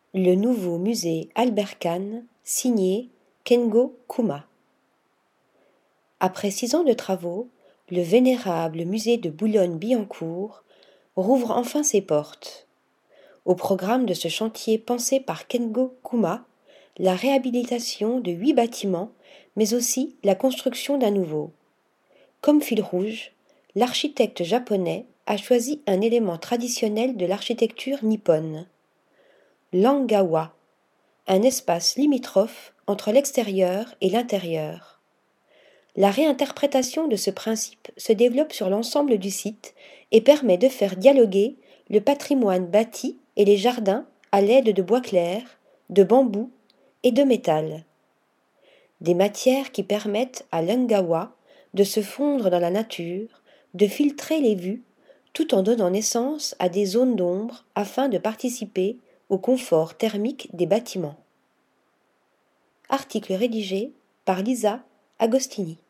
Le nouveau musée Albert Kahn, signé Kengo Kuma. Après 6 ans de travaux, le vénérable musée de Boulogne-Billancourt rouvre enfin ses portes. Au programme de ce chantier pensé par Kengo Kuma, la réhabilitation de 8 bâtiments, mais aussi la construction d'un nouveau. Comme fil rouge, l'architecte japonais a choisi un élément traditionnel de l'architecture nippone, l'hangawa, un espace limitrophe entre l'extérieur et l'intérieur. La réinterprétation de ce principe se développe sur l'ensemble du site et permet de faire dialoguer le patrimoine bâti et les jardins à l'aide de bois clairs, de bambou et de métal. Des matières qui permettent à l'hangawa de se fondre dans la nature, de filtrer les vues, tout en donnant naissance à des zones d'ombre afin de participer au confort thermique des bâtiments. Article rédigé par Lisa Agostini.